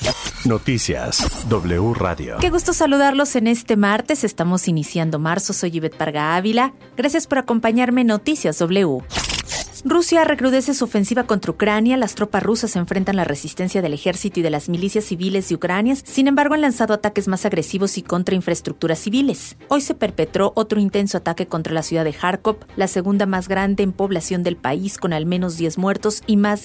Noticias W Radio. Qué gusto saludarlos en este martes. Estamos iniciando marzo. Soy Ivette Parga Ávila. Gracias por acompañarme en Noticias W. Rusia recrudece su ofensiva contra Ucrania. Las tropas rusas enfrentan la resistencia del ejército y de las milicias civiles de Ucrania. Sin embargo, han lanzado ataques más agresivos y contra infraestructuras civiles. Hoy se perpetró otro intenso ataque contra la ciudad de Kharkov, la segunda más grande en población del país, con al menos 10 muertos y más de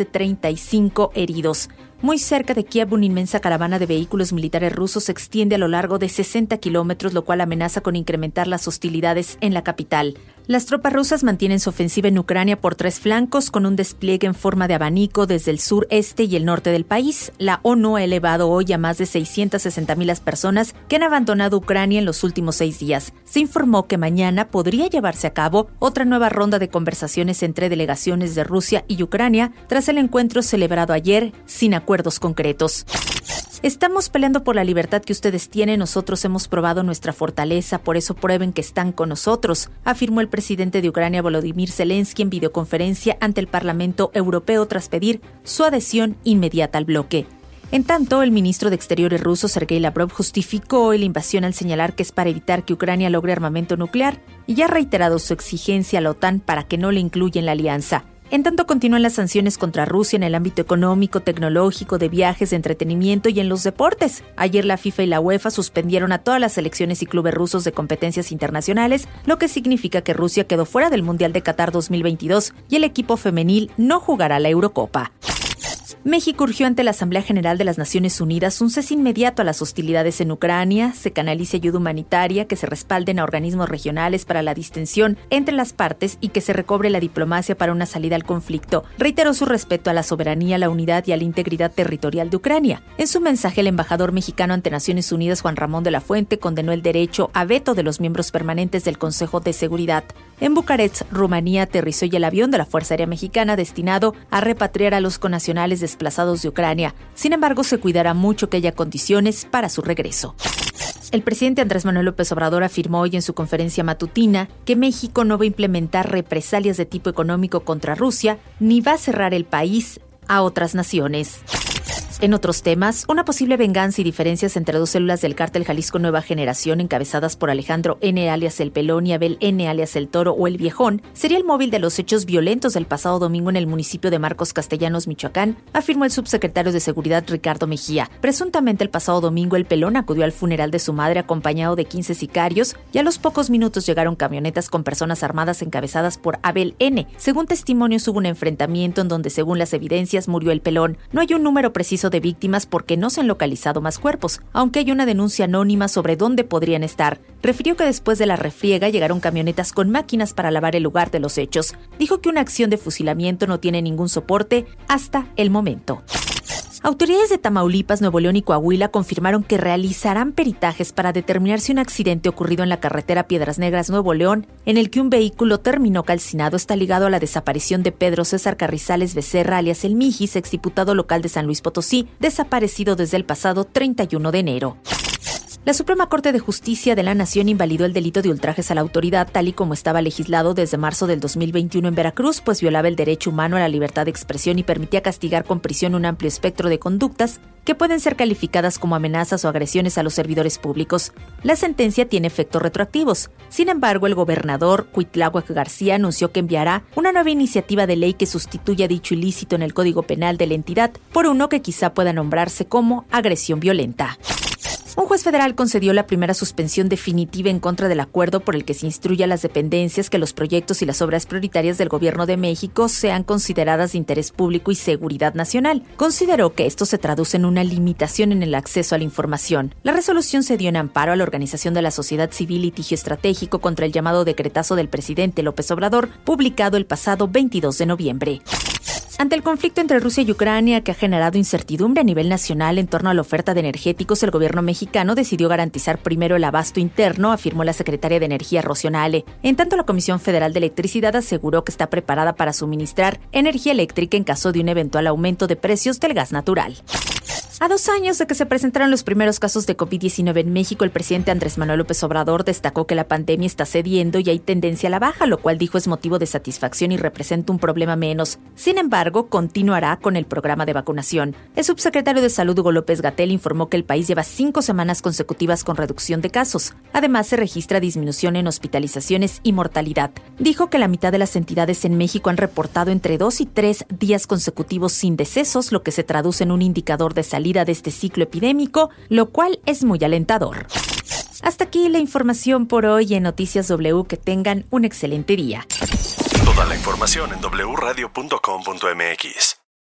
35 heridos. Muy cerca de Kiev, una inmensa caravana de vehículos militares rusos se extiende a lo largo de 60 kilómetros, lo cual amenaza con incrementar las hostilidades en la capital. Las tropas rusas mantienen su ofensiva en Ucrania por 3 flancos, con un despliegue en forma de abanico desde el sur, este y el norte del país. La ONU ha elevado hoy a más de 660,000 las personas que han abandonado Ucrania en los últimos 6 días. Se informó que mañana podría llevarse a cabo otra nueva ronda de conversaciones entre delegaciones de Rusia y Ucrania, tras el encuentro celebrado ayer sin acuerdos concretos. Estamos peleando por la libertad que ustedes tienen, nosotros hemos probado nuestra fortaleza, por eso prueben que están con nosotros, afirmó el presidente de Ucrania Volodymyr Zelensky en videoconferencia ante el Parlamento Europeo tras pedir su adhesión inmediata al bloque. En tanto, el ministro de Exteriores ruso, Sergei Lavrov, justificó la invasión al señalar que es para evitar que Ucrania logre armamento nuclear y ha reiterado su exigencia a la OTAN para que no le incluya en la alianza. En tanto, continúan las sanciones contra Rusia en el ámbito económico, tecnológico, de viajes, de entretenimiento y en los deportes. Ayer la FIFA y la UEFA suspendieron a todas las selecciones y clubes rusos de competencias internacionales, lo que significa que Rusia quedó fuera del Mundial de Qatar 2022 y el equipo femenil no jugará la Eurocopa. México urgió ante la Asamblea General de las Naciones Unidas un cese inmediato a las hostilidades en Ucrania, se canalice ayuda humanitaria, que se respalden a organismos regionales para la distensión entre las partes y que se recobre la diplomacia para una salida al conflicto. Reiteró su respeto a la soberanía, la unidad y a la integridad territorial de Ucrania. En su mensaje, el embajador mexicano ante Naciones Unidas, Juan Ramón de la Fuente, condenó el derecho a veto de los miembros permanentes del Consejo de Seguridad. En Bucarest, Rumanía, aterrizó ya el avión de la Fuerza Aérea Mexicana destinado a repatriar a los connacionales desplazados de Ucrania. Sin embargo, se cuidará mucho que haya condiciones para su regreso. El presidente Andrés Manuel López Obrador afirmó hoy en su conferencia matutina que México no va a implementar represalias de tipo económico contra Rusia ni va a cerrar el país a otras naciones. En otros temas, una posible venganza y diferencias entre 2 células del cártel Jalisco Nueva Generación encabezadas por Alejandro N. alias El Pelón y Abel N. alias El Toro o El Viejón sería el móvil de los hechos violentos del pasado domingo en el municipio de Marcos Castellanos, Michoacán, afirmó el subsecretario de Seguridad Ricardo Mejía. Presuntamente el pasado domingo El Pelón acudió al funeral de su madre acompañado de 15 sicarios y a los pocos minutos llegaron camionetas con personas armadas encabezadas por Abel N. Según testimonios, hubo un enfrentamiento en donde, según las evidencias, murió El Pelón. No hay un número preciso de víctimas porque no se han localizado más cuerpos, aunque hay una denuncia anónima sobre dónde podrían estar. Refirió que después de la refriega llegaron camionetas con máquinas para lavar el lugar de los hechos. Dijo que una acción de fusilamiento no tiene ningún soporte hasta el momento. Autoridades de Tamaulipas, Nuevo León y Coahuila confirmaron que realizarán peritajes para determinar si un accidente ocurrido en la carretera Piedras Negras, Nuevo León, en el que un vehículo terminó calcinado, está ligado a la desaparición de Pedro César Carrizales Becerra, alias El Mijis, exdiputado local de San Luis Potosí, desaparecido desde el pasado 31 de enero. La Suprema Corte de Justicia de la Nación invalidó el delito de ultrajes a la autoridad tal y como estaba legislado desde marzo del 2021 en Veracruz, pues violaba el derecho humano a la libertad de expresión y permitía castigar con prisión un amplio espectro de conductas que pueden ser calificadas como amenazas o agresiones a los servidores públicos. La sentencia tiene efectos retroactivos. Sin embargo, el gobernador Cuitláhuac García anunció que enviará una nueva iniciativa de ley que sustituya dicho ilícito en el Código Penal de la entidad por uno que quizá pueda nombrarse como agresión violenta. Un juez federal concedió la primera suspensión definitiva en contra del acuerdo por el que se instruye a las dependencias que los proyectos y las obras prioritarias del Gobierno de México sean consideradas de interés público y seguridad nacional. Consideró que esto se traduce en una limitación en el acceso a la información. La resolución se dio en amparo a la Organización de la Sociedad Civil Litigio Estratégico contra el llamado decretazo del presidente López Obrador, publicado el pasado 22 de noviembre. Ante el conflicto entre Rusia y Ucrania, que ha generado incertidumbre a nivel nacional en torno a la oferta de energéticos, el gobierno mexicano decidió garantizar primero el abasto interno, afirmó la secretaria de Energía, Rocío Nale. En tanto, la Comisión Federal de Electricidad aseguró que está preparada para suministrar energía eléctrica en caso de un eventual aumento de precios del gas natural. A 2 años de que se presentaron los primeros casos de COVID-19 en México, el presidente Andrés Manuel López Obrador destacó que la pandemia está cediendo y hay tendencia a la baja, lo cual dijo es motivo de satisfacción y representa un problema menos. Sin embargo, embargo, continuará con el programa de vacunación. El subsecretario de Salud, Hugo López-Gatell, informó que el país lleva 5 semanas consecutivas con reducción de casos. Además, se registra disminución en hospitalizaciones y mortalidad. Dijo que la mitad de las entidades en México han reportado entre 2 y 3 días consecutivos sin decesos, lo que se traduce en un indicador de salida de este ciclo epidémico, lo cual es muy alentador. Hasta aquí la información por hoy en Noticias W. Que tengan un excelente día. Toda la información en wradio.com.mx.